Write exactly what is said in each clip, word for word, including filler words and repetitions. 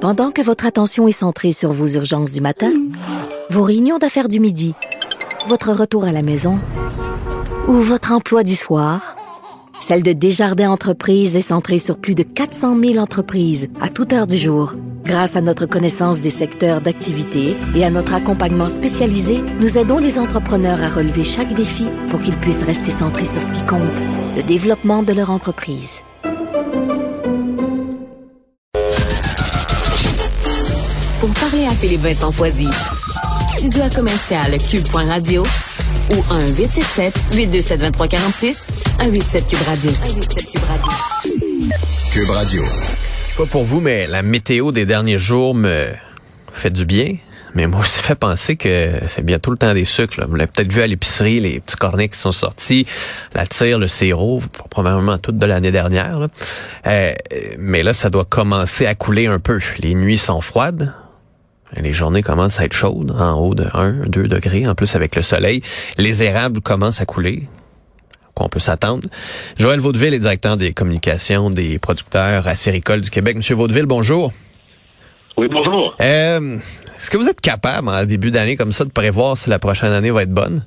Pendant que votre attention est centrée sur vos urgences du matin, vos réunions d'affaires du midi, votre retour à la maison ou votre emploi du soir, celle de Desjardins Entreprises est centrée sur plus de quatre cent mille entreprises à toute heure du jour. Grâce à notre connaissance des secteurs d'activité et à notre accompagnement spécialisé, nous aidons les entrepreneurs à relever chaque défi pour qu'ils puissent rester centrés sur ce qui compte, le développement de leur entreprise. Pour parler à Philippe-Vincent Foisy, studio à commercial cube point radio ou un huit sept sept, huit deux sept, deux trois quatre six, un huit sept Cube Radio. un huit sept Cube Radio. Cube Radio. Pas pour vous, mais la météo des derniers jours me fait du bien. Mais moi, ça fait penser que c'est bientôt le temps des sucres. Là. Vous l'avez peut-être vu à l'épicerie, les petits cornets qui sont sortis, la tire, le sirop, probablement tout de l'année dernière. Là. Euh, mais là, ça doit commencer à couler un peu. Les nuits sont froides. Les journées commencent à être chaudes, en haut de un, deux degrés, en plus avec le soleil. Les érables commencent à couler. Qu'on peut s'attendre. Joël Vaudeville est directeur des communications des producteurs acéricoles du Québec. Monsieur Vaudeville, bonjour. Oui, bonjour. Euh, est-ce que vous êtes capable, en début d'année comme ça, de prévoir si la prochaine année va être bonne?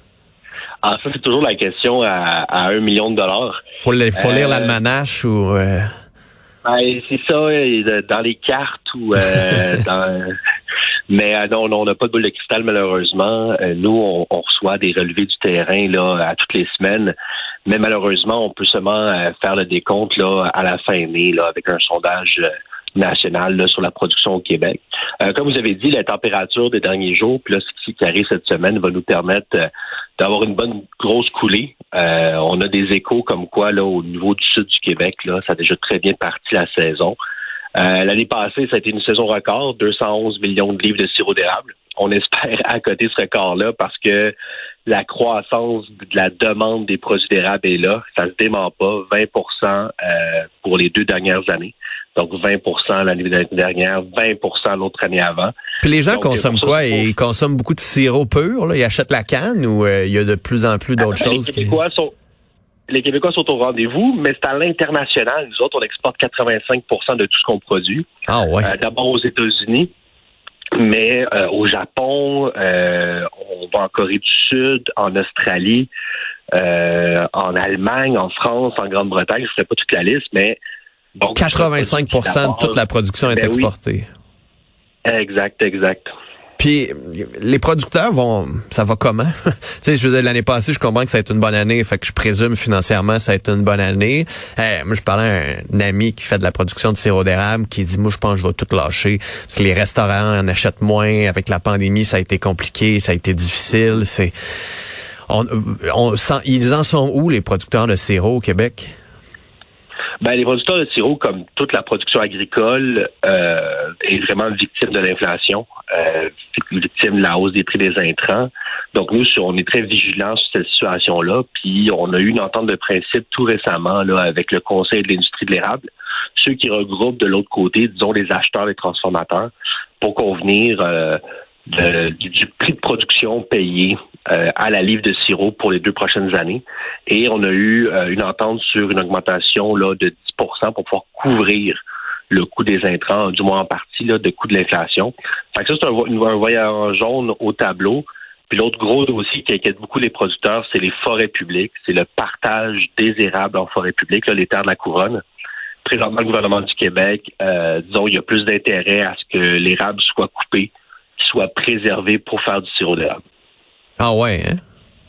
Ah, ça, c'est toujours la question à, à un million de dollars. Faut, le, faut euh, lire l'almanach ou... Euh... Ben, c'est ça, dans les cartes ou... Euh, dans... Mais euh, non, non, on n'a pas de boule de cristal, malheureusement. Euh, nous, on, on reçoit des relevés du terrain là à toutes les semaines. Mais malheureusement, on peut seulement euh, faire le décompte là à la fin mai là avec un sondage euh, national là, sur la production au Québec. Euh, comme vous avez dit, la température des derniers jours, puis là, ce qui arrive cette semaine, va nous permettre euh, d'avoir une bonne grosse coulée. Euh, on a des échos comme quoi, là, au niveau du sud du Québec, là, ça a déjà très bien parti la saison. Euh, l'année passée, ça a été une saison record, deux cent onze millions de livres de sirop d'érable. On espère à côté ce record-là parce que la croissance de la demande des produits d'érable est là. Ça se dément pas. vingt pour cent euh, pour les deux dernières années. Donc vingt pour cent l'année dernière, vingt pour cent l'autre année avant. Puis les gens Donc, consomment quoi? Ils consomment beaucoup de sirop pur, là? Ils achètent la canne ou euh, il y a de plus en plus d'autres ah, choses? Les Québécois qui... sont... Les Québécois sont au rendez-vous, mais c'est à l'international. Nous autres, on exporte quatre-vingt-cinq pour cent de tout ce qu'on produit. Ah ouais. Euh, d'abord aux États-Unis, mais euh, au Japon, euh, on va en Corée du Sud, en Australie, euh, en Allemagne, en France, en Grande-Bretagne. Je ne ferai pas toute la liste, mais... Bon, quatre-vingt-cinq pour cent de toute la production est ben exportée. Oui. Exact, exact. Puis les producteurs vont, ça va comment? Tu sais, je veux dire, l'année passée, je comprends que ça a été une bonne année, fait que je présume financièrement ça a été une bonne année. Eh, moi, je parlais à un ami qui fait de la production de sirop d'érable, qui dit, moi, je pense que je vais tout lâcher, parce que les restaurants en achètent moins. Avec la pandémie, ça a été compliqué, ça a été difficile. C'est, on, on sent, ils en sont où les producteurs de sirop au Québec? Ben, les producteurs de sirop, comme toute la production agricole, euh, est vraiment victime de l'inflation, euh, victime de la hausse des prix des intrants. Donc, nous, on est très vigilants sur cette situation-là. Puis, on a eu une entente de principe tout récemment là avec le Conseil de l'industrie de l'érable, ceux qui regroupent de l'autre côté, disons, les acheteurs, les transformateurs, pour convenir euh, de, du, du prix de production payé euh, à la livre de sirop pour les deux prochaines années. Et on a eu euh, une entente sur une augmentation là de dix pour cent pour pouvoir couvrir le coût des intrants, du moins en partie, là, de coût de l'inflation. Fait que ça, c'est un, un voyant jaune au tableau. Puis l'autre gros dossier qui inquiète beaucoup les producteurs, c'est les forêts publiques. C'est le partage des érables en forêt publique, là, les terres de la couronne. Présentement, le gouvernement du Québec, euh, disons, il y a plus d'intérêt à ce que l'érable soit coupé, qu'il soit préservé pour faire du sirop d'érable. Ah ouais, hein?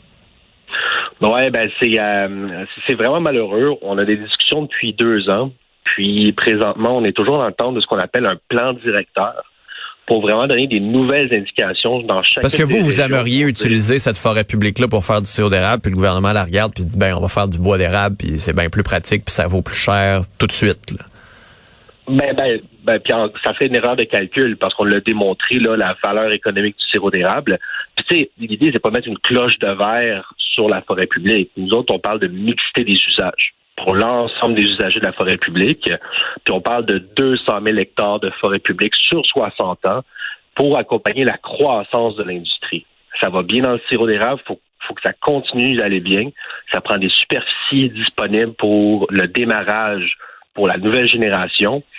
Ouais, ben c'est euh, c'est vraiment malheureux. On a des discussions depuis deux ans. Puis présentement, on est toujours dans le temps de ce qu'on appelle un plan directeur pour vraiment donner des nouvelles indications dans chaque. Parce que vous, vous aimeriez utiliser cette forêt publique-là pour faire du sirop d'érable, puis le gouvernement la regarde, puis dit, ben, on va faire du bois d'érable, puis c'est bien plus pratique, puis ça vaut plus cher tout de suite, là. Ben, ben, ben, puis ça serait une erreur de calcul parce qu'on l'a démontré, là, la valeur économique du sirop d'érable. Puis, tu sais, l'idée, c'est pas mettre une cloche de verre sur la forêt publique. Nous autres, on parle de mixité des usages pour l'ensemble des usagers de la forêt publique. Puis, on parle de deux cent mille hectares de forêt publique sur soixante ans pour accompagner la croissance de l'industrie. Ça va bien dans le sirop d'érable. Faut faut que ça continue d'aller bien. Ça prend des superficies disponibles pour le démarrage pour la nouvelle génération.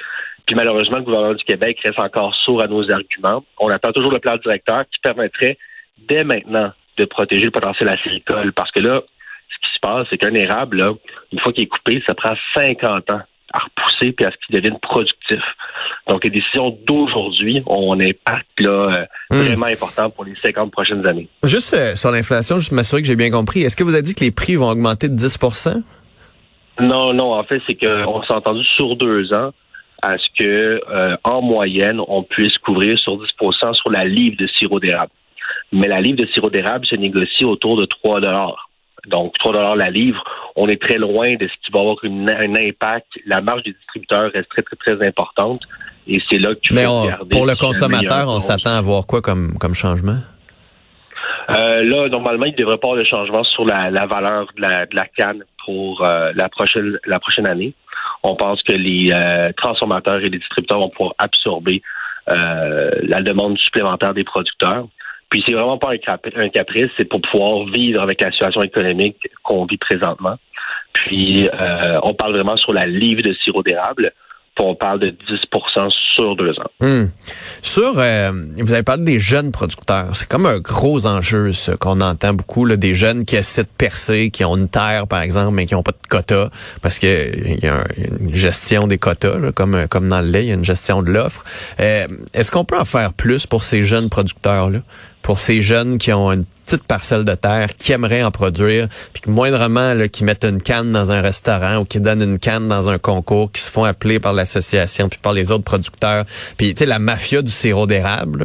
Puis malheureusement, le gouvernement du Québec reste encore sourd à nos arguments. On attend toujours le plan directeur qui permettrait dès maintenant de protéger le potentiel acéricole. Parce que là, ce qui se passe, c'est qu'un érable, là, une fois qu'il est coupé, ça prend cinquante ans à repousser puis à ce qu'il devienne productif. Donc, les décisions d'aujourd'hui ont un impact là, euh, mmh. vraiment important pour les cinquante prochaines années. Juste euh, sur l'inflation, juste m'assurer que j'ai bien compris. Est-ce que vous avez dit que les prix vont augmenter de dix pour cent? Non, non. En fait, c'est qu'on s'est entendu sur deux ans à ce que, euh, en moyenne, on puisse couvrir sur dix pour cent sur la livre de sirop d'érable. Mais la livre de sirop d'érable se négocie autour de trois dollars. Donc, trois dollars la livre, on est très loin de ce qui va avoir une, un impact. La marge des distributeurs reste très, très, très importante. Et c'est là que tu Mais peux on, regarder. pour le consommateur, on s'attend à voir quoi comme, comme changement? Euh, là, normalement, il ne devrait pas avoir de changement sur la, la valeur de la, de la canne pour euh, la prochaine la prochaine année. On pense que les euh, transformateurs et les distributeurs vont pouvoir absorber euh, la demande supplémentaire des producteurs. Puis c'est vraiment pas un, cap- un caprice, c'est pour pouvoir vivre avec la situation économique qu'on vit présentement. Puis euh, on parle vraiment sur la livre de sirop d'érable. On parle de dix pour cent sur deux ans. Hum. Sur, euh, vous avez parlé des jeunes producteurs. C'est comme un gros enjeu, ça, qu'on entend beaucoup, là, des jeunes qui essaient de percer, qui ont une terre, par exemple, mais qui n'ont pas de quota, parce que il y a une gestion des quotas, là, comme comme dans le lait, il y a une gestion de l'offre. Euh, est-ce qu'on peut en faire plus pour ces jeunes producteurs-là, pour ces jeunes qui ont une petite parcelle de terre, qui aimeraient en produire, puis que moindrement, là, qui mettent une canne dans un restaurant ou qui donnent une canne dans un concours, qui se font appeler par l'association puis par les autres producteurs. Puis, tu sais, la mafia du sirop d'érable, là,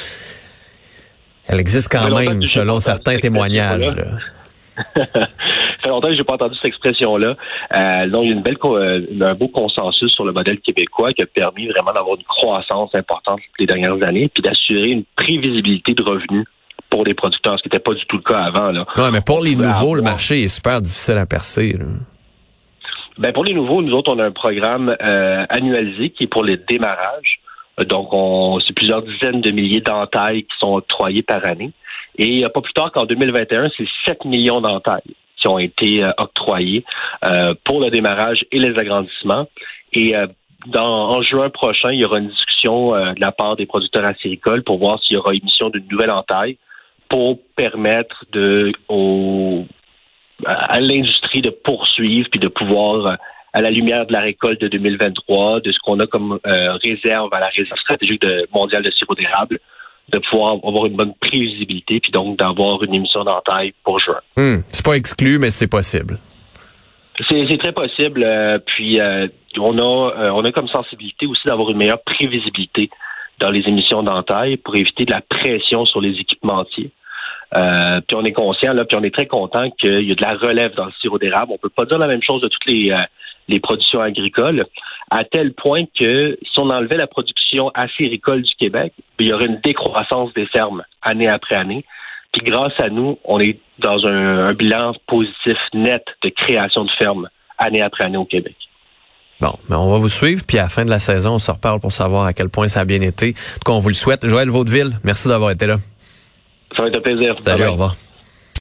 elle existe quand même, selon certains témoignages. Là. Ça fait longtemps que j'ai pas entendu cette expression-là. Euh, donc, il y a une belle, euh, un beau consensus sur le modèle québécois qui a permis vraiment d'avoir une croissance importante les dernières années, puis d'assurer une prévisibilité de revenus pour les producteurs, ce qui n'était pas du tout le cas avant. Là. Ouais, mais pour les nouveaux, avoir... le marché est super difficile à percer. Là. Ben pour les nouveaux, nous autres, on a un programme euh, annualisé qui est pour les démarrages. Donc, on c'est plusieurs dizaines de milliers d'entailles qui sont octroyées par année. Et pas plus tard qu'en deux mille vingt et un, c'est sept millions d'entailles qui ont été euh, octroyées euh, pour le démarrage et les agrandissements. Et euh, dans, en juin prochain, il y aura une discussion euh, de la part des producteurs acéricoles pour voir s'il y aura émission d'une nouvelle entaille pour permettre de au, à l'industrie de poursuivre puis de pouvoir, à la lumière de la récolte de deux mille vingt-trois, de ce qu'on a comme euh, réserve à la réserve stratégique de, mondiale de sirop d'érable, de pouvoir avoir une bonne prévisibilité puis donc d'avoir une émission d'entaille pour juin. Hum, c'est pas exclu, mais c'est possible. C'est, c'est très possible. Euh, puis euh, on a euh, on a comme sensibilité aussi d'avoir une meilleure prévisibilité dans les émissions d'entaille pour éviter de la pression sur les équipementiers. Euh, puis on est conscient, là, puis on est très content qu'il y a de la relève dans le sirop d'érable. On peut pas dire la même chose de toutes les, euh, les productions agricoles, à tel point que si on enlevait la production acéricole du Québec, il y aurait une décroissance des fermes année après année. Puis grâce à nous, on est dans un, un bilan positif net de création de fermes année après année au Québec. Bon, mais on va vous suivre, puis à la fin de la saison, on se reparle pour savoir à quel point ça a bien été. En tout cas, on vous le souhaite. Joël Vaudeville, merci d'avoir été là. Ça va être un plaisir. Salut, au revoir.